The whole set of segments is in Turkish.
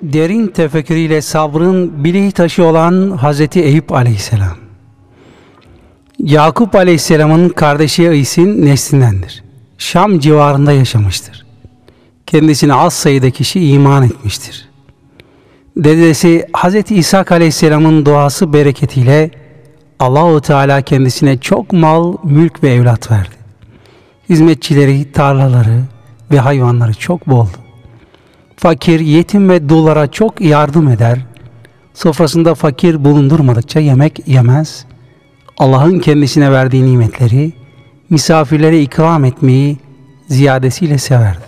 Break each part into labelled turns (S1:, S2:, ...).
S1: derin tefekkürüyle sabrın bileği taşı olan Hazreti Eyüp Aleyhisselam. Yakup Aleyhisselam'ın kardeşi İs'in neslindendir. Şam civarında yaşamıştır. Kendisine az sayıda kişi iman etmiştir. Dedesi Hazreti İshak Aleyhisselam'ın duası bereketiyle Allah-u Teala kendisine çok mal, mülk ve evlat verdi. Hizmetçileri, tarlaları ve hayvanları çok boldu. Fakir, yetim ve dullara çok yardım eder. Sofrasında fakir bulundurmadıkça yemek yemez. Allah'ın kendisine verdiği nimetleri, misafirlere ikram etmeyi ziyadesiyle severdi.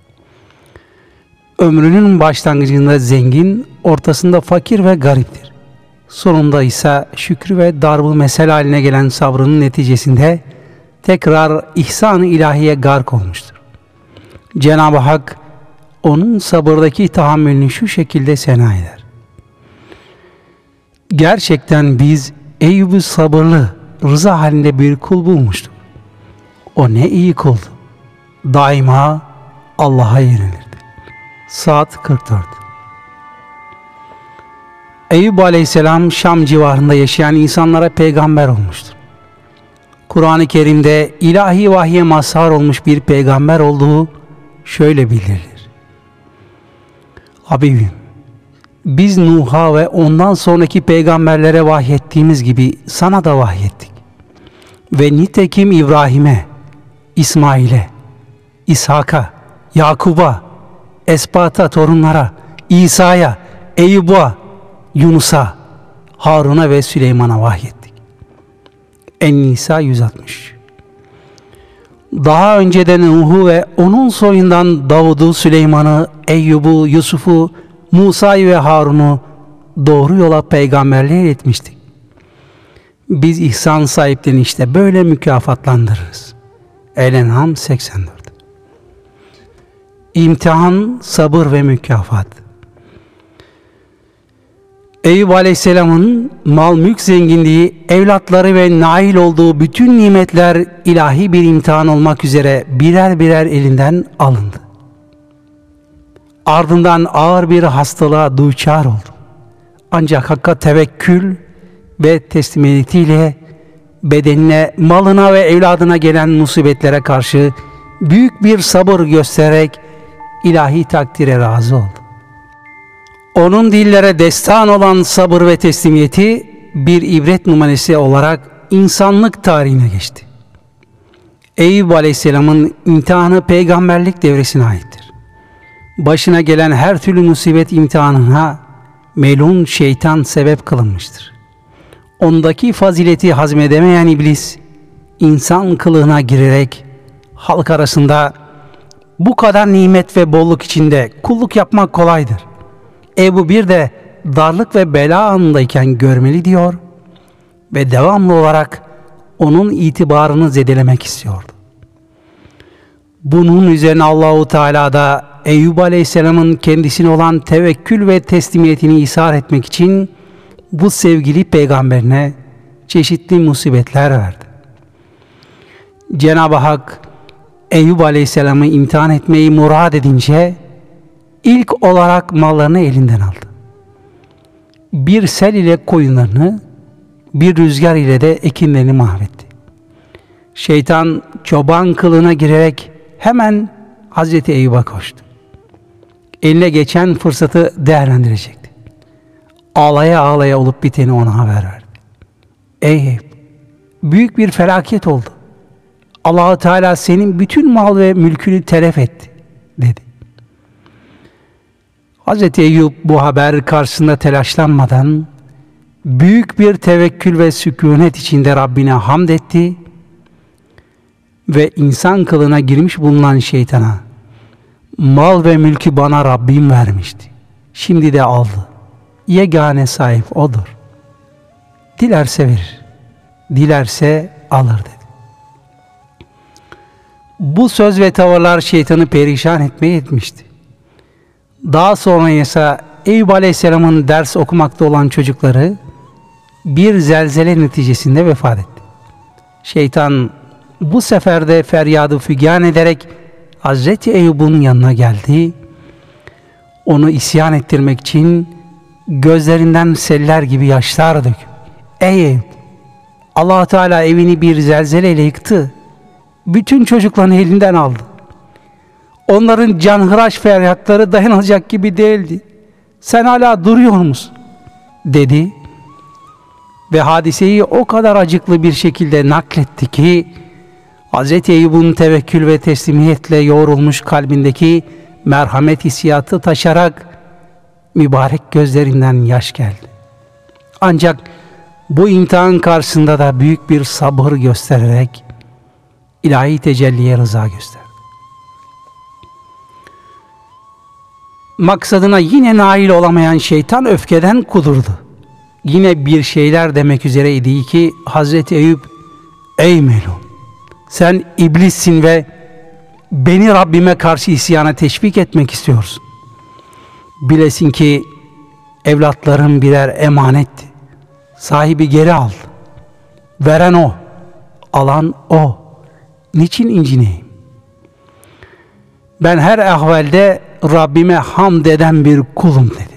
S1: Ömrünün başlangıcında zengin, ortasında fakir ve gariptir. Sonunda ise şükrü ve darb-ı mesel haline gelen sabrının neticesinde tekrar ihsan-ı ilahiye gark olmuştur. Cenab-ı Hak onun sabırdaki tahammülünü şu şekilde sena eder. Gerçekten biz Eyüp'ü sabırlı, rıza halinde bir kul bulmuştuk. O ne iyi kuldu. Daima Allah'a yönelirdi. Saat 44. Eyüp Aleyhisselam Şam civarında yaşayan insanlara peygamber olmuştur. Kur'an-ı Kerim'de ilahi vahye mazhar olmuş bir peygamber olduğu şöyle bildirilir. Habibim, biz Nuh'a ve ondan sonraki peygamberlere vahyettiğimiz gibi sana da vahyettik. Ve nitekim İbrahim'e, İsmail'e, İshak'a, Yakub'a, Esbat'a, torunlara, İsa'ya, Eyüp'a, Yunus'a, Harun'a ve Süleyman'a vahyettik. En-Nisa 160. Daha önceden Nuh'u ve onun soyundan Davud'u, Süleyman'ı, Eyyub'u, Yusuf'u, Musa'yı ve Harun'u doğru yola peygamberliğe etmiştik. Biz ihsan sahiplerini işte böyle mükafatlandırırız. El-En'am 84. İmtihan, sabır ve mükafat. Eyüp Aleyhisselam'ın mal mülk zenginliği, evlatları ve nail olduğu bütün nimetler ilahi bir imtihan olmak üzere birer birer elinden alındı. Ardından ağır bir hastalığa duçar oldu. Ancak Hakk'a tevekkül ve teslimiyetiyle bedenine, malına ve evladına gelen musibetlere karşı büyük bir sabır göstererek ilahi takdire razı oldu. Onun dillere destan olan sabır ve teslimiyeti bir ibret numarası olarak insanlık tarihine geçti. Eyüp Aleyhisselam'ın imtihanı peygamberlik devresine aittir. Başına gelen her türlü musibet imtihanına melun şeytan sebep kılınmıştır. Ondaki fazileti hazmedemeyen iblis, insan kılığına girerek halk arasında bu kadar nimet ve bolluk içinde kulluk yapmak kolaydır. Bu bir de darlık ve bela anındayken görmeli diyor ve devamlı olarak onun itibarını zedelemek istiyordu. Bunun üzerine Allahu Teala da Eyüp Aleyhisselam'ın kendisine olan tevekkül ve teslimiyetini ishar etmek için bu sevgili peygamberine çeşitli musibetler verdi. Cenab-ı Hak Eyüp Aleyhisselam'ı imtihan etmeyi murad edince ilk olarak mallarını elinden aldı. Bir sel ile koyunlarını, bir rüzgar ile de ekinlerini mahvetti. Şeytan çoban kılığına girerek hemen Hazreti Eyüp'e koştu. Eline geçen fırsatı değerlendirecekti. Ağlaya ağlaya olup biteni ona haber verdi. Ey Eyüp, büyük bir felaket oldu. Allah-u Teala senin bütün mal ve mülkünü telef etti, dedi. Hazreti Eyüp bu haber karşısında telaşlanmadan büyük bir tevekkül ve sükunet içinde Rabbine hamd etti ve insan kılığına girmiş bulunan şeytana, mal ve mülkü bana Rabbim vermişti. Şimdi de aldı. Yegane sahip O'dur. Dilerse verir, dilerse alır dedi. Bu söz ve tavırlar şeytanı perişan etmeye etmişti. Daha sonra ise Eyüp Aleyhisselam'ın ders okumakta olan çocukları bir zelzele neticesinde vefat etti. Şeytan bu sefer de feryadı fügan ederek Hazreti Eyüp'ün yanına geldi. Onu isyan ettirmek için gözlerinden seller gibi yaşlar dök. Ey Eyüp! Allah Teala evini bir zelzeleyle yıktı. Bütün çocuklarını elinden aldı. Onların canhıraş feryatları dayanılacak gibi değildi. Sen hala duruyor musun? Dedi. Ve hadiseyi o kadar acıklı bir şekilde nakletti ki Hz. Eyyub'un tevekkül ve teslimiyetle yoğrulmuş kalbindeki merhamet hissiyatı taşarak mübarek gözlerinden yaş geldi. Ancak bu imtihan karşısında da büyük bir sabır göstererek ilahi tecelliye rıza gösterdi. Maksadına yine nail olamayan şeytan öfkeden kudurdu. Yine bir şeyler demek üzereydi ki Hazreti Eyüp, ey melun, sen iblissin ve beni Rabbime karşı isyana teşvik etmek istiyorsun. Bilesin ki evlatlarım birer emanetti. Sahibi geri aldı. Veren o, alan o. Niçin incineyim? Ben her ahvalde Rabbime hamd eden bir kulum dedi.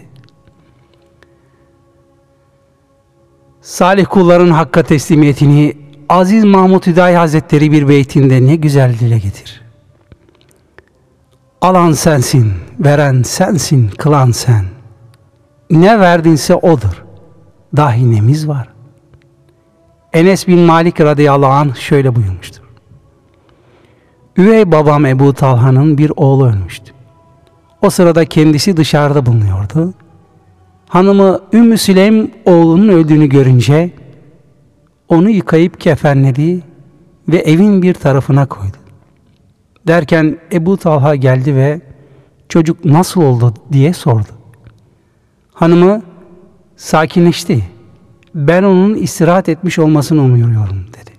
S1: Salih kulların hakka teslimiyetini Aziz Mahmud Hüdayi Hazretleri bir beytinde ne güzel dile getir. Alan sensin, veren sensin, kılan sen. Ne verdinse odur. Dahi nemiz var. Enes bin Malik radıyallahu anh şöyle buyurmuştur. Üvey babam Ebu Talha'nın bir oğlu ölmüştü. O sırada kendisi dışarıda bulunuyordu. Hanımı Ümmü Süleym oğlunun öldüğünü görünce onu yıkayıp kefenledi ve evin bir tarafına koydu. Derken Ebu Talha geldi ve çocuk nasıl oldu diye sordu. Hanımı sakinleşti. Ben onun istirahat etmiş olmasını umuyorum dedi.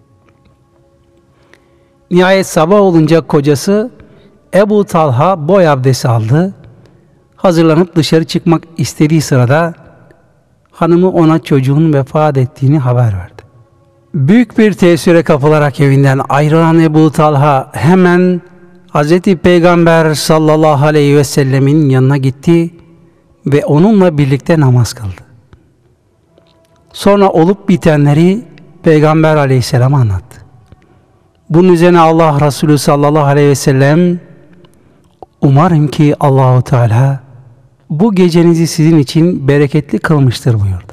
S1: Nihayet sabah olunca kocası Ebu Talha boy abdesti aldı. Hazırlanıp dışarı çıkmak istediği sırada hanımı ona çocuğun vefat ettiğini haber verdi. Büyük bir tesire kapılarak evinden ayrılan Ebu Talha hemen Hz. Peygamber sallallahu aleyhi ve sellemin yanına gitti ve onunla birlikte namaz kıldı. Sonra olup bitenleri Peygamber aleyhisselam'a anlattı. Bunun üzerine Allah Resulü sallallahu aleyhi ve sellem, umarım ki Allahu Teala bu gecenizi sizin için bereketli kılmıştır buyurdu.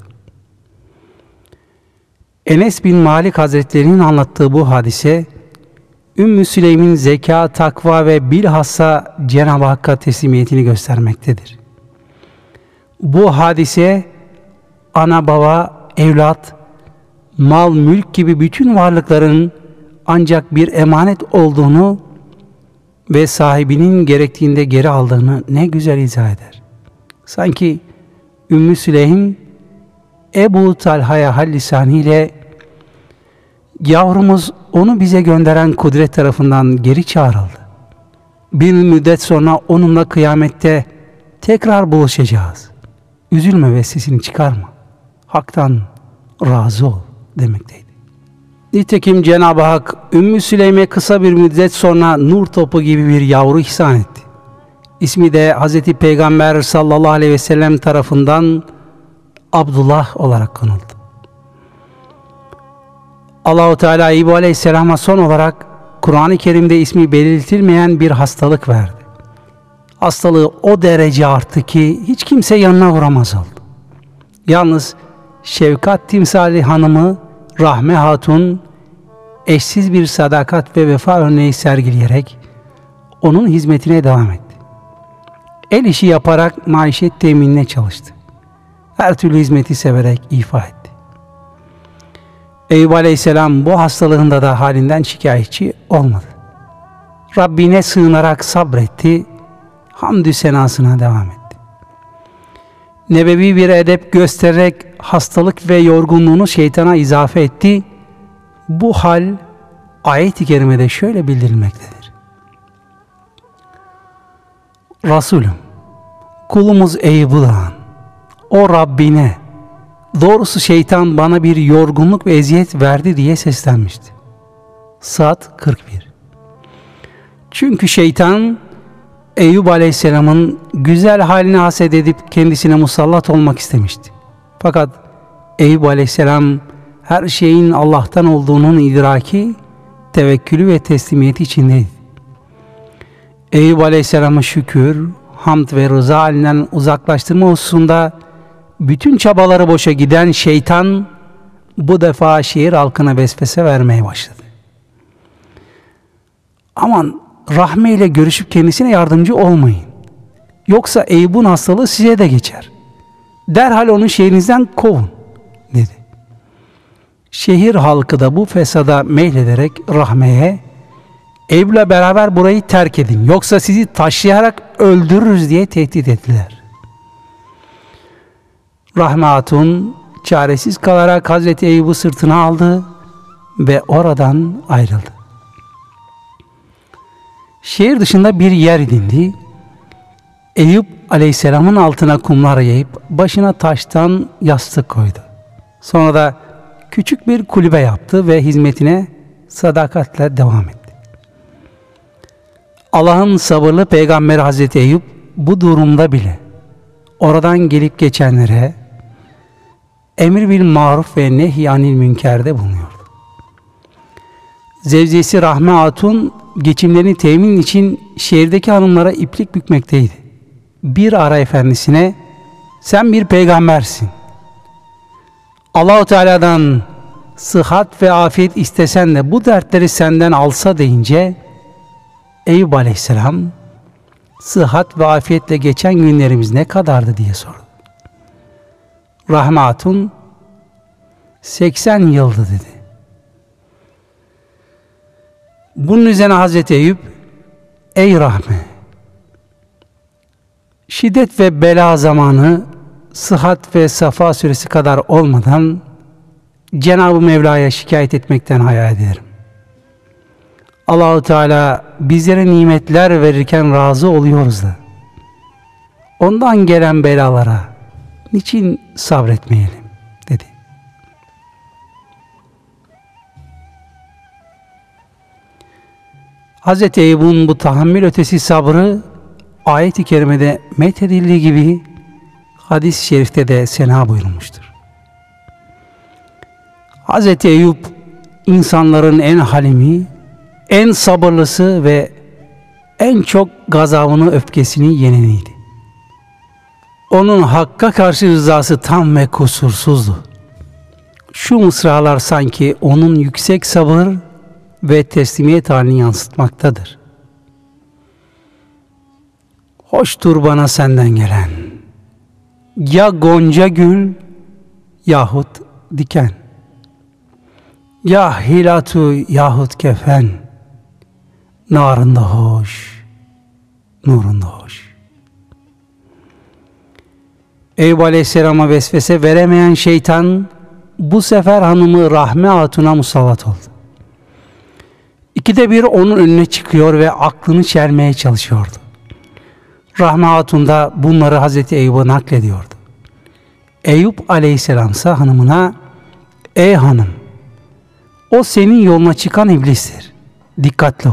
S1: Enes bin Malik Hazretleri'nin anlattığı bu hadise, Ümmü Süleym'in zeka, takva ve bilhassa Cenab-ı Hakk'a teslimiyetini göstermektedir. Bu hadise, ana baba, evlat, mal, mülk gibi bütün varlıkların ancak bir emanet olduğunu ve sahibinin gerektiğinde geri aldığını ne güzel izah eder. Sanki Ümmü Süleym Ebu Talha'ya hal lisanıyla yavrumuz onu bize gönderen kudret tarafından geri çağrıldı. Bir müddet sonra onunla kıyamette tekrar buluşacağız. Üzülme ve sesini çıkarma. Hak'tan razı ol demekteydi. Nitekim Cenab-ı Hak Ümmü Süleym'e kısa bir müddet sonra nur topu gibi bir yavru ihsan etti. İsmi de Hz. Peygamber sallallahu aleyhi ve sellem tarafından Abdullah olarak konuldu. Allah-u Teala Eyüp aleyhisselama son olarak Kur'an-ı Kerim'de ismi belirtilmeyen bir hastalık verdi. Hastalığı o derece arttı ki hiç kimse yanına vuramaz oldu. Yalnız şefkat timsali hanımı Rahme Hatun eşsiz bir sadakat ve vefa örneği sergileyerek onun hizmetine devam etti. El işi yaparak maişet teminine çalıştı. Her türlü hizmeti severek ifa etti. Eyüp aleyhisselam bu hastalığında da halinden şikayetçi olmadı. Rabbine sığınarak sabretti, hamdü senasına devam etti. Nebevi bir edep göstererek hastalık ve yorgunluğunu şeytana izafe etti. Bu hal ayet-i kerimede şöyle bildirilmektedir. Resulüm, kulumuz Eyüp'u da an. O Rabbine, doğrusu şeytan bana bir yorgunluk ve eziyet verdi diye seslenmişti. Saat 41. Çünkü şeytan Eyüp Aleyhisselam'ın güzel halini haset edip kendisine musallat olmak istemişti. Fakat Eyüp Aleyhisselam her şeyin Allah'tan olduğunun idraki, tevekkülü ve teslimiyeti içindeydi. Eyüp Aleyhisselam'ı şükür, hamd ve rıza halinden uzaklaştırma hususunda bütün çabaları boşa giden şeytan bu defa şehir halkına vesvese vermeye başladı. Aman Rahme ile görüşüp kendisine yardımcı olmayın. Yoksa Eyüp'ün hastalığı size de geçer. Derhal onu şehrinizden kovun dedi. Şehir halkı da bu fesada meylederek Rahme'ye Eyüp'le beraber burayı terk edin. Yoksa sizi taşlayarak öldürürüz diye tehdit ettiler. Rahme Hatun çaresiz kalarak Hazreti Eyüp'ü sırtına aldı ve oradan ayrıldı. Şehir dışında bir yer edindi. Eyüp Aleyhisselam'ın altına kumlar yayıp başına taştan yastık koydu. Sonra da küçük bir kulübe yaptı ve hizmetine sadakatle devam etti. Allah'ın sabırlı peygamberi Hazreti Eyüp bu durumda bile oradan gelip geçenlere emir bil maruf ve nehyanil münkerde bulunuyordu. Zevcesi Rahme Hatun geçimlerini temin için şehirdeki hanımlara iplik bükmekteydi. Bir ara efendisine sen bir peygambersin, Allah-u Teala'dan sıhhat ve afiyet istesen de bu dertleri senden alsa deyince Eyüp Aleyhisselam sıhhat ve afiyetle geçen günlerimiz ne kadardı diye sordu. Rahme Hatun 80 yıldı dedi. Bunun üzerine Hazreti Eyüp, ey Rahme, şiddet ve bela zamanı sıhhat ve safa süresi kadar olmadan Cenab-ı Mevla'ya şikayet etmekten hayal ederim. Allah-u Teala bizlere nimetler verirken razı oluyoruz da ondan gelen belalara niçin sabretmeyelim dedi. Hazreti Eyüp'ün bu tahammül ötesi sabrı ayet-i kerimede methedildiği gibi hadis-i şerifte de sena buyurulmuştur. Hazreti Eyüp insanların en halimi, en sabırlısı ve en çok gazabını, öfkesini yeneniydi. Onun Hakk'a karşı rızası tam ve kusursuzdu. Şu mısralar sanki onun yüksek sabır ve teslimiyet halini yansıtmaktadır. Hoştur bana senden gelen, ya gonca gül yahut diken, ya hilatu yahut kefen, narında hoş, nurunda hoş. Eyüp Aleyhisselam'a vesvese veremeyen şeytan bu sefer hanımı Rahme Hatun'a musallat oldu. İkide bir onun önüne çıkıyor ve aklını çelmeye çalışıyordu. Rahme Hatun da bunları Hazreti Eyüp'e naklediyordu. Eyüp Aleyhisselam ise hanımına, ey hanım, o senin yoluna çıkan iblistir. Dikkatli ol.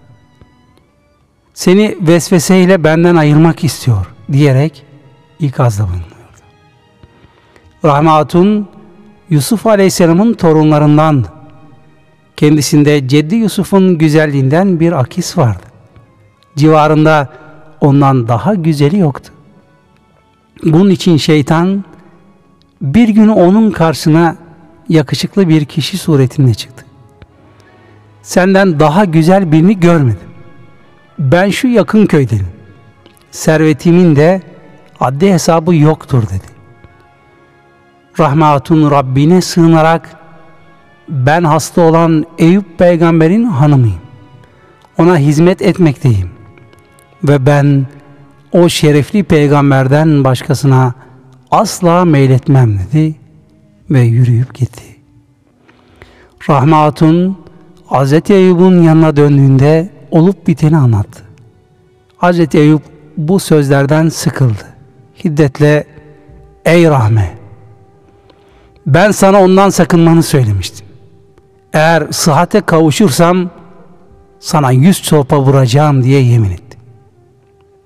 S1: Seni vesveseyle benden ayırmak istiyor diyerek ikazda bulunuyordu. Rahme Hatun Yusuf Aleyhisselam'ın torunlarındandı. Kendisinde Ceddi Yusuf'un güzelliğinden bir akis vardı. Civarında ondan daha güzeli yoktu. Bunun için şeytan bir gün onun karşısına yakışıklı bir kişi suretinde çıktı. Senden daha güzel birini görmedim. Ben şu yakın köydenim. Servetimin de haddi hesabı yoktur dedi. Rahme Hatun Rabbine sığınarak, ben hasta olan Eyüp peygamberin hanımıyım. Ona hizmet etmekteyim. Ve ben o şerefli peygamberden başkasına asla meyletmem dedi ve yürüyüp gitti. Rahme Hatun Hazreti Eyüp'ün yanına döndüğünde olup biteni anlattı. Hazreti Eyüp bu sözlerden sıkıldı. Hiddetle, ey Rahme, ben sana ondan sakınmanı söylemiştim. Eğer sıhhate kavuşursam sana 100 sopa vuracağım diye yemin etti.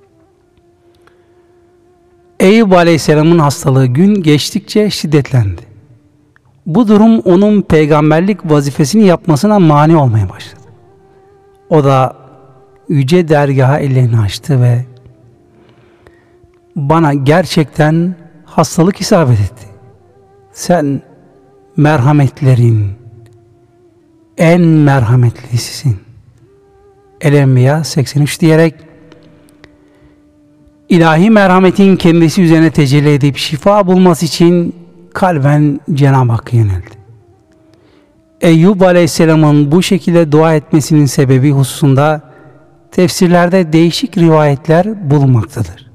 S1: Eyüp Aleyhisselam'ın hastalığı gün geçtikçe şiddetlendi. Bu durum onun peygamberlik vazifesini yapmasına mani olmaya başladı. O da yüce dergaha ellerini açtı ve bana gerçekten hastalık isabet etti. Sen merhametlerin en merhametlisisin. El-Enbiya 83 diyerek ilahi merhametin kendisi üzerine tecelli edip şifa bulması için kalben Cenab-ı Hakk'a yöneldi. Eyüp Aleyhisselam'ın bu şekilde dua etmesinin sebebi hususunda tefsirlerde değişik rivayetler bulunmaktadır.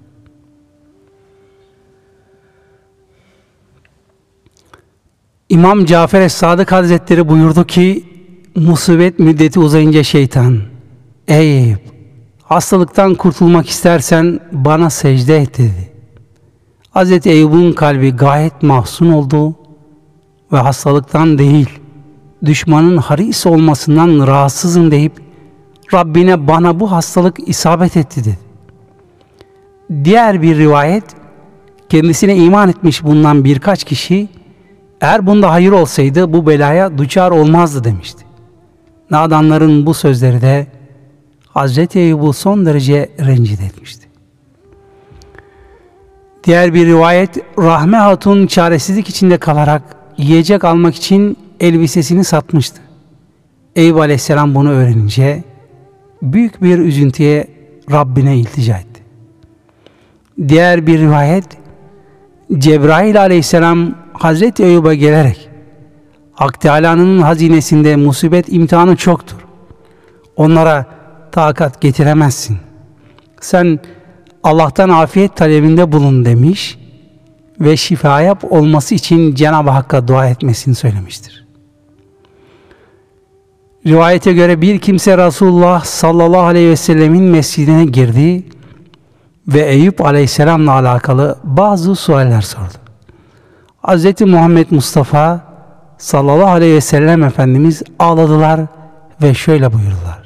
S1: İmam Cafer Es-Sadık Hazretleri buyurdu ki, musibet müddeti uzayınca şeytan, ey Eyüp, hastalıktan kurtulmak istersen bana secde et dedi. Hazreti Eyüp'ün kalbi gayet mahzun oldu ve hastalıktan değil, düşmanın haris olmasından rahatsızım deyip Rabbine bana bu hastalık isabet etti dedi. Diğer bir rivayet, kendisine iman etmiş bulunan birkaç kişi, eğer bunda hayır olsaydı bu belaya düçar olmazdı demişti. Nadanların bu sözleri de Hazreti Eyüp'ü son derece rencide etmişti. Diğer bir rivayet, Rahme Hatun çaresizlik içinde kalarak yiyecek almak için elbisesini satmıştı. Eyüp Aleyhisselam bunu öğrenince büyük bir üzüntüye Rabbine iltica etti. Diğer bir rivayet, Cebrail Aleyhisselam Hazreti Eyüp'e gelerek Hak Teâlâ'nın hazinesinde musibet imtihanı çoktur. Onlara takat getiremezsin. Sen Allah'tan afiyet talebinde bulun demiş ve şifaya olması için Cenab-ı Hakk'a dua etmesini söylemiştir. Rivayete göre bir kimse Resulullah sallallahu aleyhi ve sellemin mescidine girdi ve Eyüp Aleyhisselam'la alakalı bazı sualler sordu. Hz. Muhammed Mustafa sallallahu aleyhi ve sellem Efendimiz ağladılar ve şöyle buyurdular.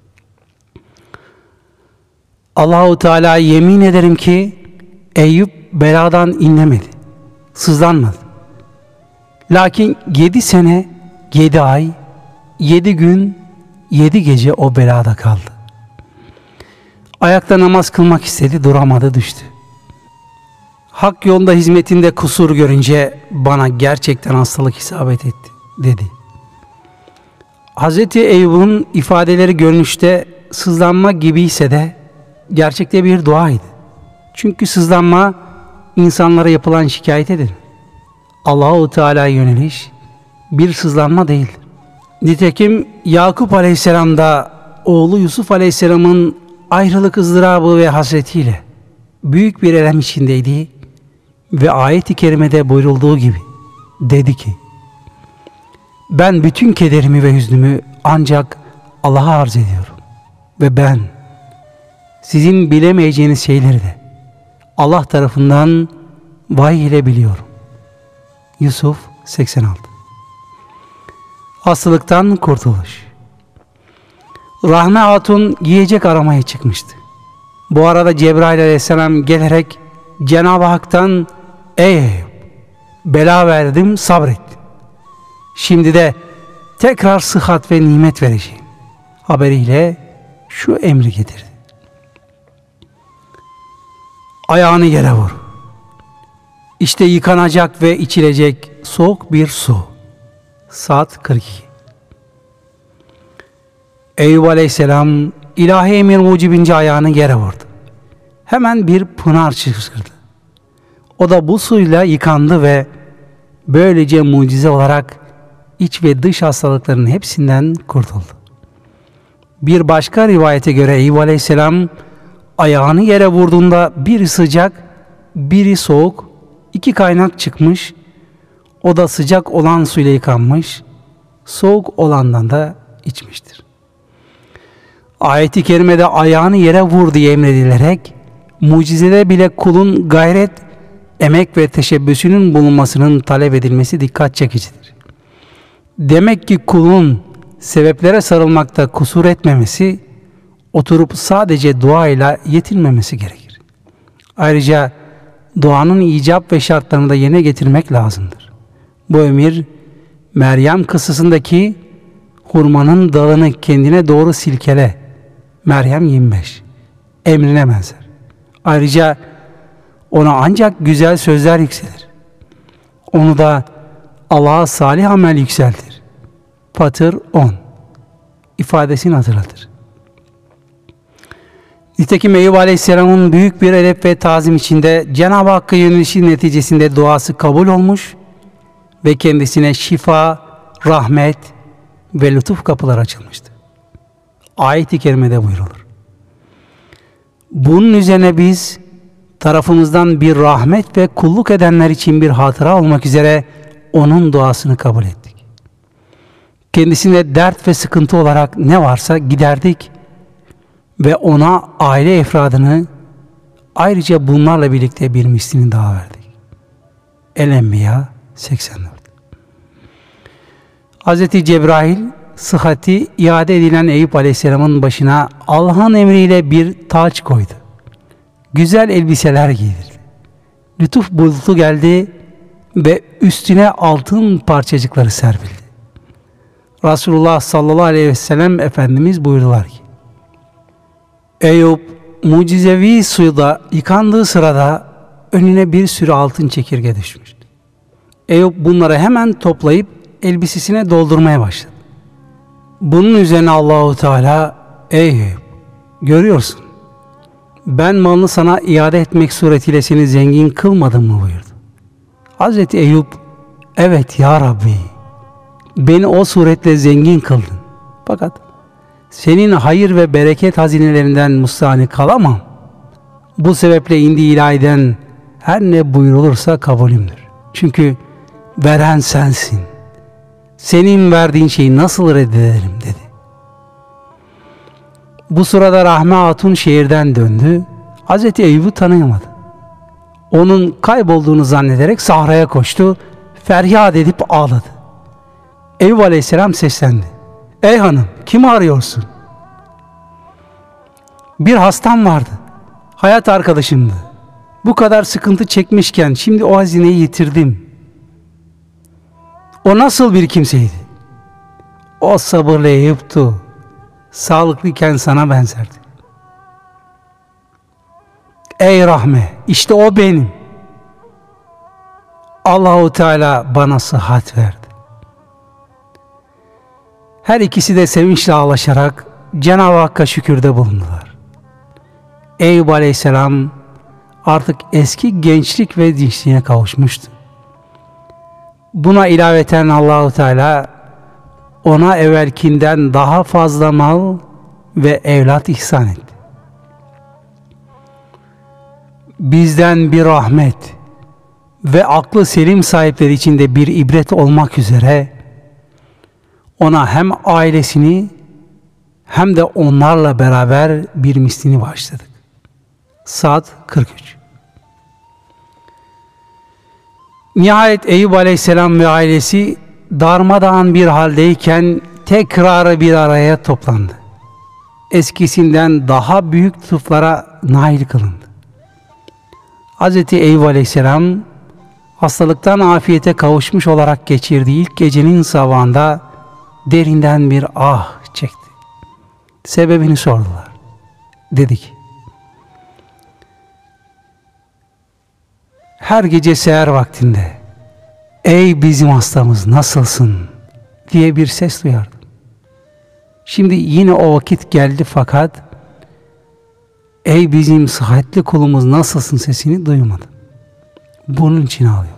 S1: Allahu Teala yemin ederim ki Eyüp beladan inlemedi, sızlanmadı. Lakin 7 sene, 7 ay, 7 gün, 7 gece o belada kaldı. Ayakta namaz kılmak istedi, duramadı, düştü. Hak yolunda hizmetinde kusur görünce bana gerçekten hastalık isabet etti dedi. Hazreti Eyüp'ün ifadeleri görünüşte sızlanma gibiyse de gerçekte bir duaydı. Çünkü sızlanma insanlara yapılan şikayetedir. Allahu Teala'ya yöneliş bir sızlanma değildir. Nitekim Yakup Aleyhisselam da oğlu Yusuf Aleyhisselam'ın ayrılık ızdırabı ve hasretiyle büyük bir elem içindeydi ve ayet-i kerimede buyurulduğu gibi dedi ki, ben bütün kederimi ve hüznümü ancak Allah'a arz ediyorum ve ben sizin bilemeyeceğiniz şeyleri de Allah tarafından vahiy ile biliyorum. Yusuf 86. Hastalıktan kurtuluş. Rahme Hatun yiyecek aramaya çıkmıştı. Bu arada Cebrail Aleyhisselam gelerek Cenab-ı Hak'tan ey Eyüp, bela verdim, sabret. Şimdi de tekrar sıhhat ve nimet vereceğim haberiyle şu emri getirdi. Ayağını yere vur. İşte yıkanacak ve içilecek soğuk bir su. Saat 42. Eyüp Aleyhisselam ilahi emir mucibince ayağını yere vurdu. Hemen bir pınar çıkışkırdı. O da bu suyla yıkandı ve böylece mucize olarak iç ve dış hastalıkların hepsinden kurtuldu. Bir başka rivayete göre Eyüp Aleyhisselam ayağını yere vurduğunda biri sıcak, biri soğuk, 2 kaynak çıkmış. O da sıcak olan suyla yıkanmış, soğuk olandan da içmiştir. Ayet-i kerimede ayağını yere vur diye emredilerek mucizede bile kulun gayret, emek ve teşebbüsünün bulunmasının talep edilmesi dikkat çekicidir. Demek ki kulun sebeplere sarılmakta kusur etmemesi, oturup sadece duayla yetinmemesi gerekir. Ayrıca duanın icap ve şartlarını da yerine getirmek lazımdır. Bu emir, Meryem kıssasındaki hurmanın dalını kendine doğru silkele, Meryem 25, emrine benzer. Ayrıca ona ancak güzel sözler yükselir. Onu da Allah'a salih amel yükseltir. Fatır 10 ifadesini hatırlatır. Nitekim Eyüp Aleyhisselam'ın büyük bir edep ve tazim içinde Cenab-ı Hakk'a yönelişi neticesinde duası kabul olmuş ve kendisine şifa, rahmet ve lütuf kapıları açılmıştı. Ayet-i kerimede buyrulur. Bunun üzerine biz tarafımızdan bir rahmet ve kulluk edenler için bir hatıra olmak üzere onun duasını kabul ettik. Kendisine dert ve sıkıntı olarak ne varsa giderdik ve ona aile efradını ayrıca bunlarla birlikte bir mislini daha verdik. El-Enbiya 84. Hz. Cebrail sıhhati iade edilen Eyüp Aleyhisselam'ın başına Allah'ın emriyle bir taç koydu. Güzel elbiseler giydirdi. Lütuf bulutu geldi ve üstüne altın parçacıkları serpildi. Resulullah sallallahu aleyhi ve sellem Efendimiz buyurdular ki, Eyüp mucizevi suyda yıkandığı sırada önüne bir sürü altın çekirge düşmüştü. Eyüp bunları hemen toplayıp elbisesine doldurmaya başladı. Bunun üzerine Allahu Teala, Eyüp, görüyorsun, ben malını sana iade etmek suretiyle seni zengin kılmadım mı buyurdu. Hazreti Eyüp, evet ya Rabbi, beni o suretle zengin kıldın. Fakat senin hayır ve bereket hazinelerinden mustahni kalamam. Bu sebeple indi ilahiden her ne buyurulursa kabulümdür. Çünkü veren sensin. Senin verdiğin şeyi nasıl reddederim dedi. Bu sırada Rahme Hatun şehirden döndü. Hazreti Eyüp'ü tanıyamadı. Onun kaybolduğunu zannederek sahraya koştu. Feryat edip ağladı. Eyüp Aleyhisselam seslendi. Ey hanım, kimi arıyorsun? Bir hastam vardı. Hayat arkadaşımdı. Bu kadar sıkıntı çekmişken şimdi o hazineyi yitirdim. O nasıl bir kimseydi? O sabırlı Eyüp'tü. Sağlıklıyken sana benzerdi. Ey Rahme, işte o benim. Allahu Teala bana sıhhat verdi. Her ikisi de sevinçle ağlaşarak Cenab-ı Hakk'a şükürde bulundular. Eyüp Aleyhisselam artık eski gençlik ve dinçliğine kavuşmuştu. Buna ilaveten Allahu Teala ona evvelkinden daha fazla mal ve evlat ihsan etti. Bizden bir rahmet ve aklı selim sahipleri için de bir ibret olmak üzere ona hem ailesini hem de onlarla beraber bir mislini bağışladık. Saat 43. Nihayet Eyüp Aleyhisselam ve ailesi darmadağın bir haldeyken tekrar bir araya toplandı. Eskisinden daha büyük lütuflara nail kılındı. Hz. Eyüp Aleyhisselam hastalıktan afiyete kavuşmuş olarak geçirdiği ilk gecenin sabahında derinden bir ah çekti. Sebebini sordular. Dedi ki, her gece seher vaktinde ey bizim hastamız nasılsın diye bir ses duyardım. Şimdi yine o vakit geldi fakat ey bizim sıhhatli kulumuz nasılsın sesini duymadım. Bunun için ağlıyorum.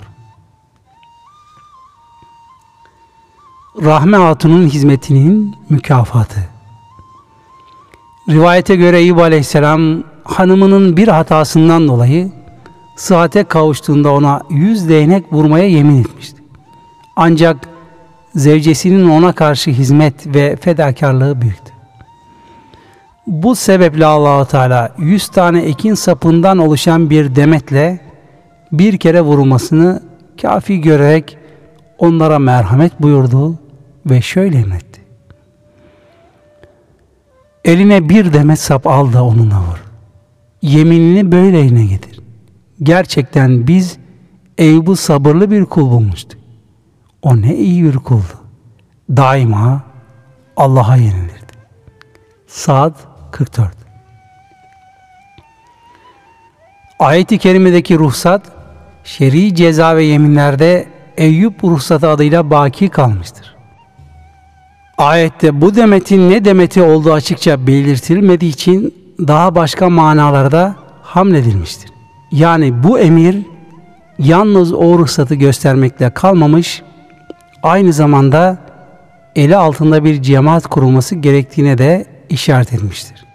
S1: Rahme Hatun'un hizmetinin mükafatı. Rivayete göre Eyüp Aleyhisselam hanımının bir hatasından dolayı sıhhate kavuştuğunda ona 100 değnek vurmaya yemin etmişti. Ancak zevcesinin ona karşı hizmet ve fedakarlığı büyüktü. Bu sebeple Allah-u Teala 100 tane ekin sapından oluşan bir demetle bir kere vurulmasını kafi görerek onlara merhamet buyurdu ve şöyle emretti. Eline bir demet sap al da onunla vur. Yeminini böyle yerine getir. Gerçekten biz Eyüp'ü sabırlı bir kul bulmuştuk. O ne iyi bir kuldu. Daima Allah'a yenilirdi. Sa'd 44. Ayet-i kerimedeki ruhsat, şer'i ceza ve yeminlerde Eyüp ruhsatı adıyla baki kalmıştır. Ayette bu demetin ne demeti olduğu açıkça belirtilmediği için daha başka manalarda hamledilmiştir. Yani bu emir yalnız o ruhsatı göstermekle kalmamış, aynı zamanda eli altında bir cemaat kurulması gerektiğine de işaret etmiştir.